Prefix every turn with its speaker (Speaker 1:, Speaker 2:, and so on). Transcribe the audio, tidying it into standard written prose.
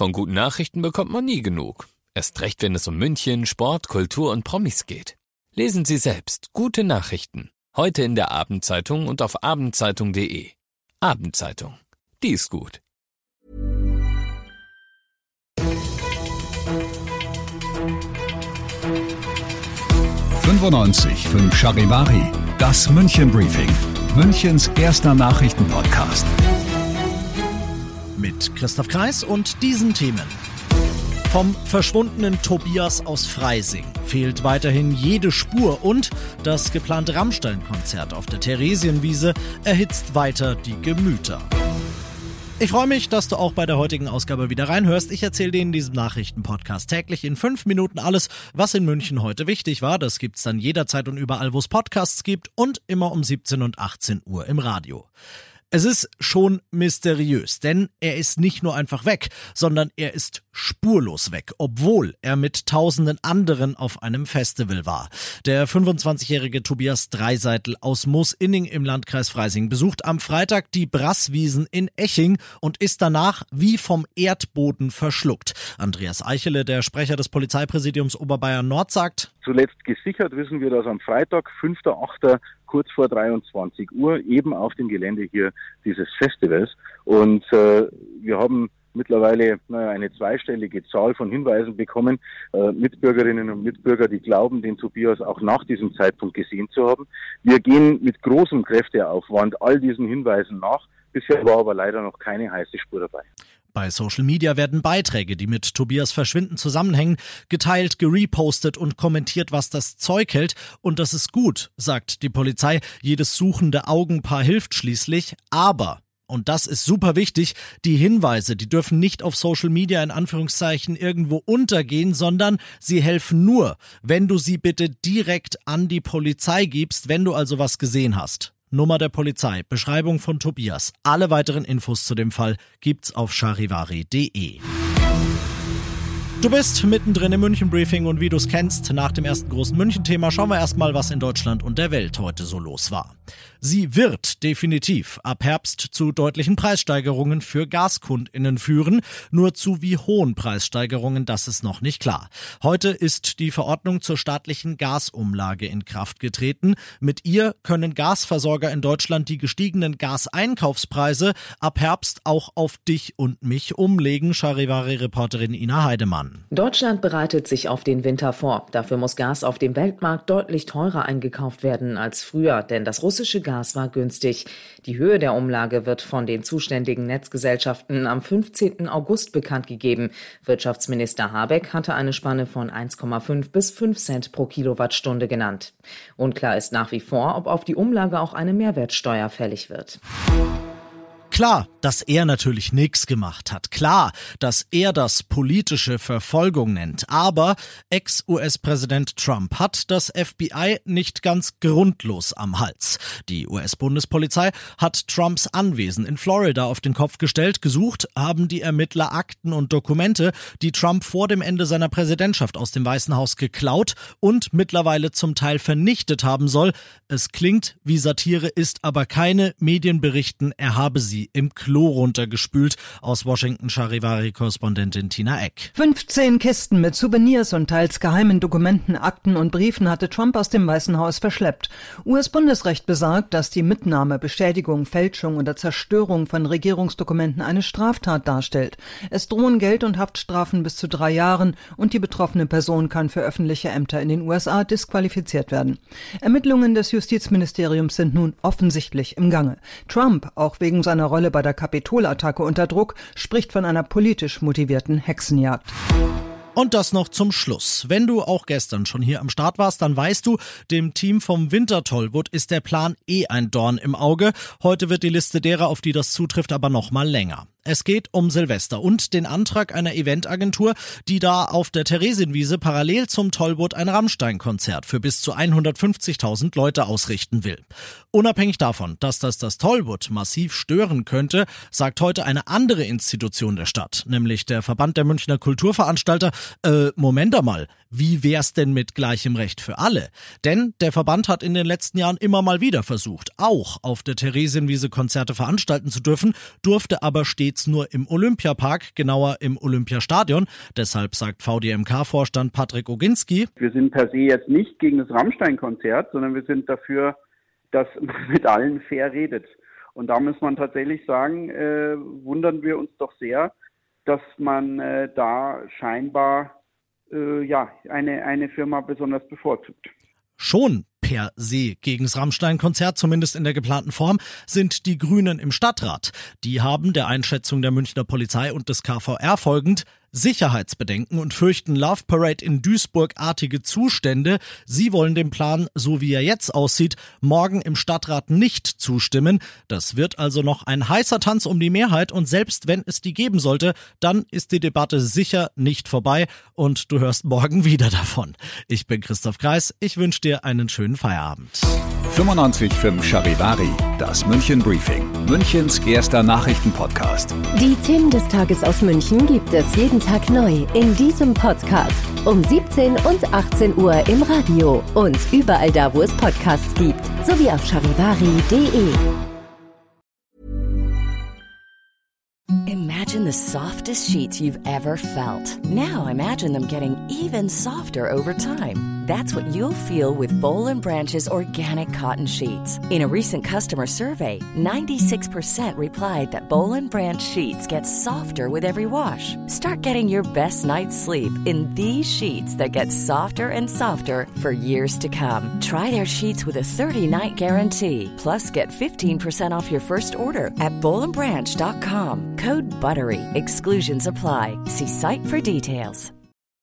Speaker 1: Von guten Nachrichten bekommt man nie genug. Erst recht, wenn es um München, Sport, Kultur und Promis geht. Lesen Sie selbst gute Nachrichten. Heute in der Abendzeitung und auf abendzeitung.de. Abendzeitung. Die ist gut.
Speaker 2: 95.5 Charivari, das München Briefing, Münchens erster Nachrichtenpodcast.
Speaker 3: Mit Christoph Kreis und diesen Themen. Vom verschwundenen Tobias aus Freising fehlt weiterhin jede Spur und das geplante Rammstein-Konzert auf der Theresienwiese erhitzt weiter die Gemüter. Ich freue mich, dass du auch bei der heutigen Ausgabe wieder reinhörst. Ich erzähle dir in diesem Nachrichtenpodcast täglich in 5 Minuten alles, was in München heute wichtig war. Das gibt's dann jederzeit und überall, wo es Podcasts gibt und immer um 17 und 18 Uhr im Radio. Es ist schon mysteriös, denn er ist nicht nur einfach weg, sondern er ist spurlos weg, obwohl er mit tausenden anderen auf einem Festival war. Der 25-jährige Tobias Dreiseitel aus Moosinning im Landkreis Freising besucht am Freitag die Brasswiesen in Eching und ist danach wie vom Erdboden verschluckt. Andreas Eichele, der Sprecher des Polizeipräsidiums Oberbayern Nord, sagt:
Speaker 4: Zuletzt gesichert wissen wir, dass am Freitag, 5.8., kurz vor 23 Uhr, eben auf dem Gelände hier dieses Festivals. Und wir haben mittlerweile eine zweistellige Zahl von Hinweisen bekommen, Mitbürgerinnen und Mitbürger, die glauben, den Tobias auch nach diesem Zeitpunkt gesehen zu haben. Wir gehen mit großem Kräfteaufwand all diesen Hinweisen nach. Bisher war aber leider noch keine heiße Spur dabei.
Speaker 3: Bei Social Media werden Beiträge, die mit Tobias Verschwinden zusammenhängen, geteilt, gerepostet und kommentiert, was das Zeug hält. Und das ist gut, sagt die Polizei. Jedes suchende Augenpaar hilft schließlich. Aber, und das ist super wichtig, die Hinweise, die dürfen nicht auf Social Media in Anführungszeichen irgendwo untergehen, sondern sie helfen nur, wenn du sie bitte direkt an die Polizei gibst, wenn du also was gesehen hast. Nummer der Polizei, Beschreibung von Tobias. Alle weiteren Infos zu dem Fall gibt's auf charivari.de. Du bist mittendrin im München-Briefing und wie du es kennst, nach dem ersten großen München-Thema schauen wir erstmal, was in Deutschland und der Welt heute so los war. Sie wird definitiv ab Herbst zu deutlichen Preissteigerungen für GaskundInnen führen. Nur zu wie hohen Preissteigerungen, das ist noch nicht klar. Heute ist die Verordnung zur staatlichen Gasumlage in Kraft getreten. Mit ihr können Gasversorger in Deutschland die gestiegenen Gaseinkaufspreise ab Herbst auch auf dich und mich umlegen, Charivari-Reporterin Ina Heidemann.
Speaker 5: Deutschland bereitet sich auf den Winter vor. Dafür muss Gas auf dem Weltmarkt deutlich teurer eingekauft werden als früher, denn das russische Gas war günstig. Die Höhe der Umlage wird von den zuständigen Netzgesellschaften am 15. August bekannt gegeben. Wirtschaftsminister Habeck hatte eine Spanne von 1,5 bis 5 Cent pro Kilowattstunde genannt. Unklar ist nach wie vor, ob auf die Umlage auch eine Mehrwertsteuer fällig wird.
Speaker 3: Klar, dass er natürlich nichts gemacht hat. Klar, dass er das politische Verfolgung nennt. Aber Ex-US-Präsident Trump hat das FBI nicht ganz grundlos am Hals. Die US-Bundespolizei hat Trumps Anwesen in Florida auf den Kopf gestellt. Gesucht haben die Ermittler Akten und Dokumente, die Trump vor dem Ende seiner Präsidentschaft aus dem Weißen Haus geklaut und mittlerweile zum Teil vernichtet haben soll. Es klingt wie Satire, ist aber keine. Medien berichten, er habe sie im Klo runtergespült. Aus Washington Charivari-Korrespondentin Tina Eck.
Speaker 6: 15 Kisten mit Souvenirs und teils geheimen Dokumenten, Akten und Briefen hatte Trump aus dem Weißen Haus verschleppt. US-Bundesrecht besagt, dass die Mitnahme, Beschädigung, Fälschung oder Zerstörung von Regierungsdokumenten eine Straftat darstellt. Es drohen Geld- und Haftstrafen bis zu 3 Jahren und die betroffene Person kann für öffentliche Ämter in den USA disqualifiziert werden. Ermittlungen des Justizministeriums sind nun offensichtlich im Gange. Trump, auch wegen seiner Rolle bei der Kapitolattacke unter Druck, spricht von einer politisch motivierten Hexenjagd.
Speaker 3: Und das noch zum Schluss. Wenn du auch gestern schon hier am Start warst, dann weißt du, dem Team vom Wintertollwood ist der Plan ein Dorn im Auge. Heute wird die Liste derer, auf die das zutrifft, aber noch mal länger. Es geht um Silvester und den Antrag einer Eventagentur, die da auf der Theresienwiese parallel zum Tollwood ein Rammstein-Konzert für bis zu 150.000 Leute ausrichten will. Unabhängig davon, dass das Tollwood massiv stören könnte, sagt heute eine andere Institution der Stadt, nämlich der Verband der Münchner Kulturveranstalter, Moment einmal, wie wär's denn mit gleichem Recht für alle? Denn der Verband hat in den letzten Jahren immer mal wieder versucht, auch auf der Theresienwiese Konzerte veranstalten zu dürfen, durfte aber stets nur im Olympiapark, genauer im Olympiastadion. Deshalb sagt VDMK-Vorstand Patrick Oginski:
Speaker 7: Wir sind per se jetzt nicht gegen das Rammstein-Konzert, sondern wir sind dafür, dass man mit allen fair redet. Und da muss man tatsächlich sagen, wundern wir uns doch sehr, dass man da scheinbar eine Firma besonders bevorzugt.
Speaker 3: Schon per se gegen das Rammstein-Konzert, zumindest in der geplanten Form, sind die Grünen im Stadtrat. Die haben der Einschätzung der Münchner Polizei und des KVR folgend Sicherheitsbedenken und fürchten Love Parade in Duisburg-artige Zustände. Sie wollen dem Plan, so wie er jetzt aussieht, morgen im Stadtrat nicht zustimmen. Das wird also noch ein heißer Tanz um die Mehrheit und selbst wenn es die geben sollte, dann ist die Debatte sicher nicht vorbei und du hörst morgen wieder davon. Ich bin Christoph Kreis, ich wünsche dir einen schönen Feierabend.
Speaker 2: 95.5 Charivari, das München Briefing, Münchens erster Nachrichtenpodcast.
Speaker 8: Die Themen des Tages aus München gibt es jeden Tag neu in diesem Podcast. Um 17 und 18 Uhr im Radio und überall da, wo es Podcasts gibt, sowie auf charivari.de.
Speaker 9: Imagine the softest sheets you've ever felt. Now imagine them getting even softer over time. That's what you'll feel with Boll & Branch's organic cotton sheets. In a recent customer survey, 96% replied that Boll & Branch sheets get softer with every wash. Start getting your best night's sleep in these sheets that get softer and softer for years to come. Try their sheets with a 30-night guarantee. Plus, get 15% off your first order at bollandbranch.com. Code BUTTERY. Exclusions apply. See site for details.